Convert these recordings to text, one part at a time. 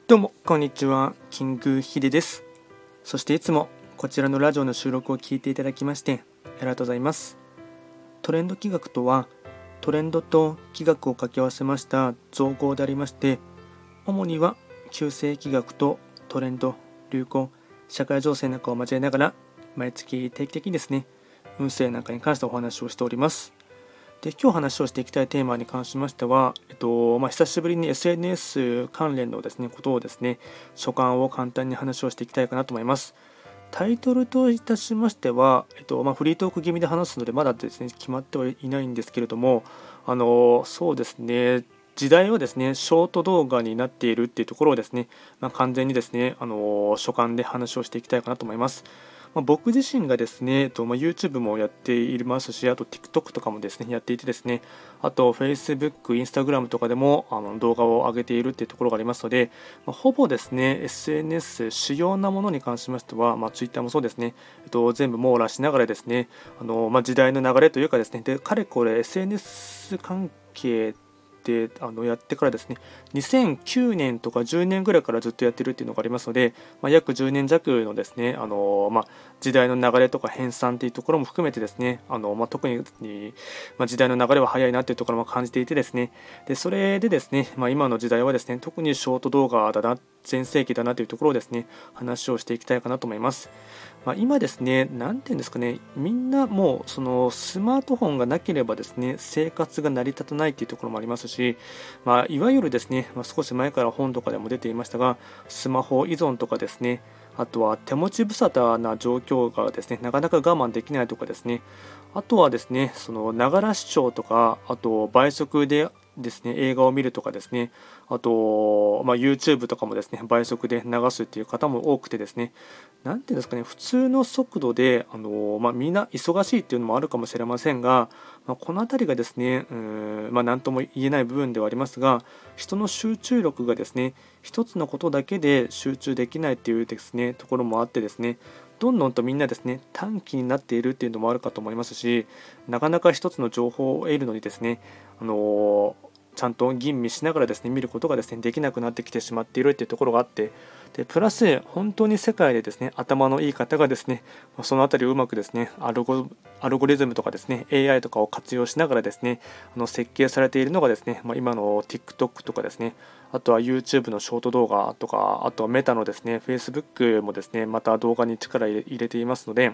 どうもこんにちは、キングヒデです。そしていつもこちらのラジオの収録を聞いていただきましてありがとうございます。トレンド企画とは、トレンドと企画を掛け合わせました造語でありまして、主には旧世企画とトレンド、流行、社会情勢なんかを交えながら毎月定期的にですね、運勢なんかに関してお話をしております。で、今日話をしていきたいテーマに関しましては、久しぶりに SNS 関連のですね、ことをですね、所感を簡単に話をしていきたいかなと思います。タイトルといたしましては、フリートーク気味で話すので、まだですね、決まってはいないんですけれども、そうですね、時代はですね、ショート動画になっているっていうところをですね、完全にですね、所感で話をしていきたいかなと思います。僕自身がですね、YouTube もやっていますし、あと TikTok とかもですね、やっていてですね、あと Facebook、Instagram とかでも動画を上げているっていうところがありますので、ほぼですね、SNS 主要なものに関しましては、Twitter もそうですね、全部網羅しながらですね、時代の流れというかですね、で、かれこれ SNS 関係でやってからですね、2009年とか10年ぐらいからずっとやってるっていうのがありますので、約10年弱のですね、時代の流れとか編纂というところも含めてですね、特に、時代の流れは早いなというところも感じていてですね、でそれでですね、今の時代はですね、特にショート動画だな、全盛期だなというところをですね、話をしていきたいかなと思います。今ですね、なんていうんですかね、みんなもうそのスマートフォンがなければですね、生活が成り立たないというところもありますし、いわゆるですね、少し前から本とかでも出ていましたが、スマホ依存とかですね、あとは手持ち無沙汰な状況がですね、なかなか我慢できないとかですね、あとはですね、そのながら視聴とか、あと倍速でですね、映画を見るとかですね、あと、YouTube とかもですね、倍速で流すっていう方も多くてですね、なんていうんですかね、普通の速度で、みんな忙しいっていうのもあるかもしれませんが、この辺りがですね、なんとも言えない部分ではありますが、人の集中力がですね、一つのことだけで集中できないっていうですね、ところもあってですね、どんどんとみんなですね、短期になっているっていうのもあるかと思いますし、なかなか一つの情報を得るのにですね、ちゃんと吟味しながらですね、見ることがですね、できなくなってきてしまっているっていうところがあって、でプラス本当に世界でですね、頭のいい方がですね、そのあたりをうまくですね、アルゴリズムとかですね、 AI とかを活用しながらですね、設計されているのがですね、今の TikTok とかですね、あとは YouTube のショート動画とか、あとはメタのですね、Facebook もですね、また動画に力入れていますので、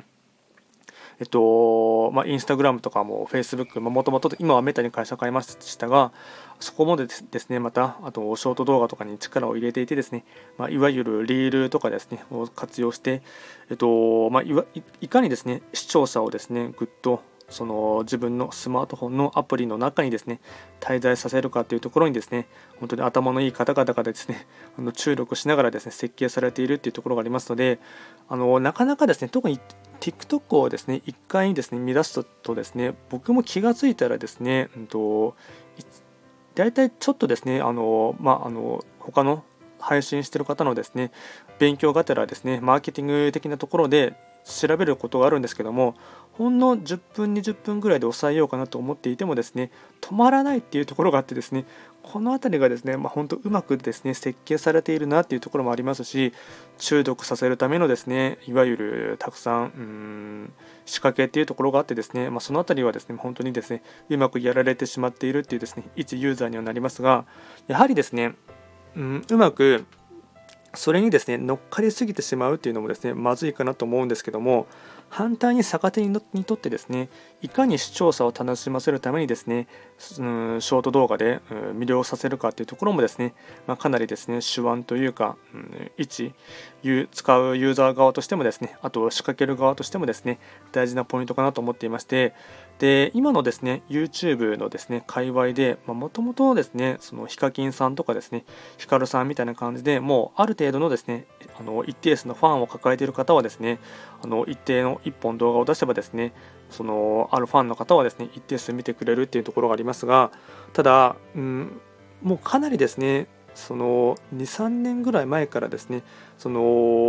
インスタグラムとかもフェイスブックもともと今はメタに会社変えましたが、そこもですね、またあとショート動画とかに力を入れていてですね、いわゆるリールとかですねを活用して、いかにですね視聴者をですねぐっとその自分のスマートフォンのアプリの中にですね滞在させるかというところにですね、本当に頭のいい方々がですね注力しながらですね設計されているというところがありますので、なかなかですね、特に TikTok をですね一回ですね見出すとですね、僕も気がついたらですね、大体ちょっとですね、他の配信している方のですね勉強がてらですね、マーケティング的なところで調べることがあるんですけども、ほんの10分20分ぐらいで抑えようかなと思っていてもですね、止まらないっていうところがあってですね、この辺りがですね、本当うまくですね設計されているなっていうところもありますし、中毒させるためのですね、いわゆるたくさん仕掛けっていうところがあってですね、その辺りはですね本当にですねうまくやられてしまっているっていうですね一ユーザーにはなりますが、やはりですね、うまくそれにですね乗っかりすぎてしまうっていうのもですねまずいかなと思うんですけども、反対に逆手にとってですね、いかに視聴者を楽しませるためにですね、ショート動画で魅了させるかというところもですね、かなりですね手腕というか、使うユーザー側としてもですね、あと仕掛ける側としてもですね大事なポイントかなと思っていまして、で今のですね YouTube のですね界隈でもともとですね、そのヒカキンさんとかですねヒカルさんみたいな感じで、もうある程度のですね一定数のファンを抱えている方はですね、一定の1本動画を出せばですね、そのあるファンの方はですね一定数見てくれるっていうところがありますが、ただ、もうかなりですね、その2、3年ぐらい前からですね、その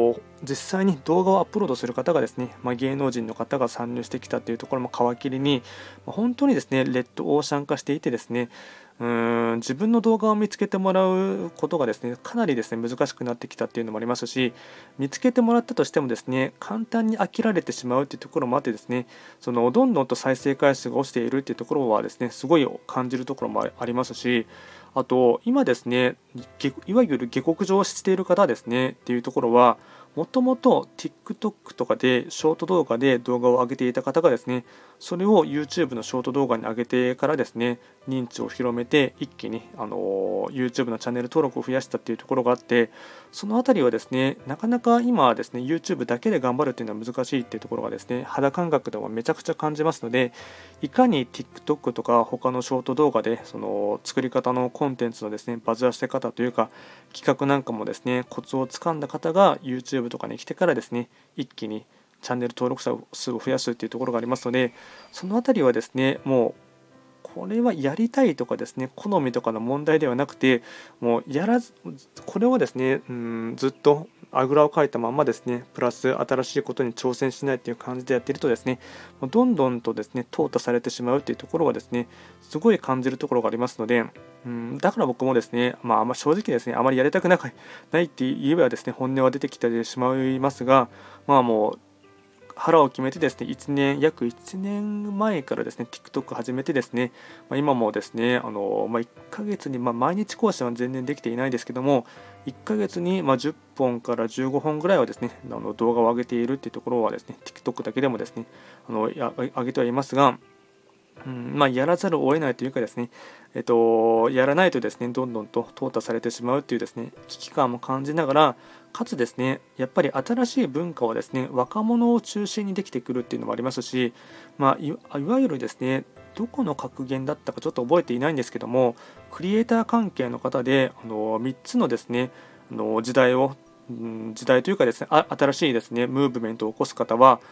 実際に動画をアップロードする方がですね、芸能人の方が参入してきたというところも皮切りに、本当にですねレッドオーシャン化していてですね、自分の動画を見つけてもらうことがですねかなりですね難しくなってきたっていうのもありますし、見つけてもらったとしてもですね簡単に飽きられてしまうというところもあってですね、そのどんどんと再生回数が落ちているというところはですねすごい感じるところもありますし、あと今ですねいわゆる下克上している方ですねっていうところは、もともと TikTok とかでショート動画で動画を上げていた方がですね、それを YouTube のショート動画に上げてからですね、認知を広めて一気にYouTube のチャンネル登録を増やしたっていうところがあって、そのあたりはですね、なかなか今はですね、YouTube だけで頑張るっていうのは難しいっていうところがですね、肌感覚でもめちゃくちゃ感じますので、いかに TikTok とか他のショート動画でその作り方のコンテンツのですね、バズらせ方というか、企画なんかもですね、コツをつかんだ方が YouTube とかに来てからですね、一気にチャンネル登録者数を増やすっていうところがありますので、そのあたりはですね、もうこれはやりたいとかですね、好みとかの問題ではなくて、もうやらず、これをですね、ずっとあぐらをかいたままですね、プラス新しいことに挑戦しないという感じでやっているとですね、どんどんとですね、淘汰されてしまうというところがですね、すごい感じるところがありますので、だから僕もですね、正直ですね、あまりやりたくないって言えばですね、本音は出てきてしまいますが、もう、腹を決めてですね、約1年前からですね、TikTok 始めてですね、今もですね、1ヶ月に、毎日更新は全然できていないですけども、1ヶ月に10本から15本ぐらいはですね、動画を上げているっていうところはですね、TikTok だけでもですね、上げてはいますが、やらざるを得ないというかですね、やらないとですね、どんどんと淘汰されてしまうというですね、危機感も感じながら、かつですね、やっぱり新しい文化はですね、若者を中心にできてくるっていうのもありますし、いわゆるですね、どこの格言だったかちょっと覚えていないんですけども、クリエイター関係の方で、3つのですね、時代というかですね、新しいですね、ムーブメントを起こす方は、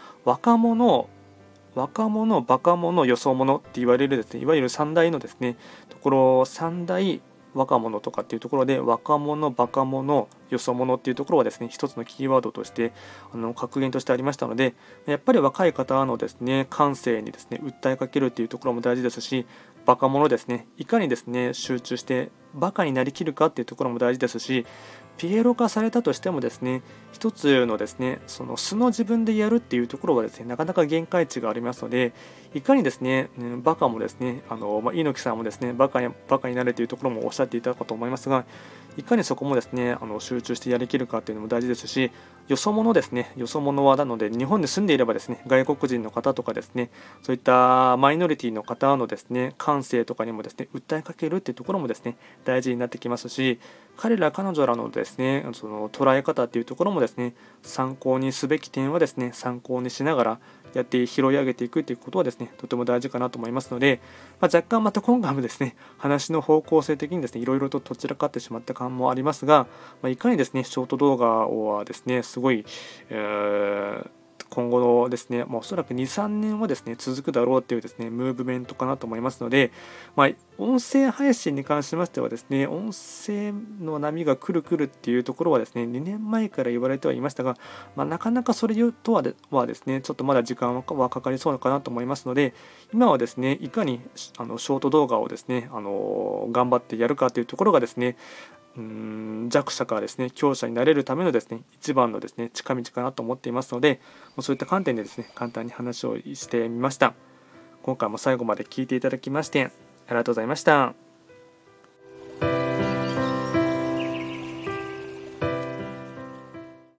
若者、バカ者、よそ者って言われるですね、いわゆる三大のですね、三大若者とかっていうところで、若者、バカ者、よそ者っていうところはですね、一つのキーワードとして格言としてありましたので、やっぱり若い方のですね、感性にですね、訴えかけるっていうところも大事ですし、バカ者ですね、いかにですね、集中してバカになりきるかっていうところも大事ですし、ピエロ化されたとしてもですね、一つのですね、その素の自分でやるっていうところはですね、なかなか限界値がありますので、いかにですね、バカもですね、猪木さんもですね、バカになれというところもおっしゃっていたかと思いますが、いかにそこもですね、集中してやりきるかっていうのも大事ですし、よそ者ですね、よそ者はなので、日本に住んでいればですね、外国人の方とかですね、そういったマイノリティの方のですね、感性とかにもですね、訴えかけるっていうところもですね、大事になってきますし、彼女らのですね、その捉え方っていうところもですね、参考にすべき点はですね、参考にしながらやって拾い上げていくということはですね、とても大事かなと思いますので、若干また今回もですね、話の方向性的にですね、いろいろとどちらかってしまった感もありますが、いかにですね、ショート動画はですね、すごい、今後のですね、おそらく2、3年はですね、続くだろうというですね、ムーブメントかなと思いますので、音声配信に関しましてはですね、音声の波が来るっていうところはですね、2年前から言われてはいましたが、なかなかそれとはですね、ちょっとまだ時間はかかりそうかなと思いますので、今はですね、いかにショート動画をですね、頑張ってやるかというところがですね、弱者からですね強者になれるためのですね一番のですね近道かなと思っていますので、そういった観点でですね簡単に話をしてみました。今回も最後まで聞いていただきましてありがとうございました。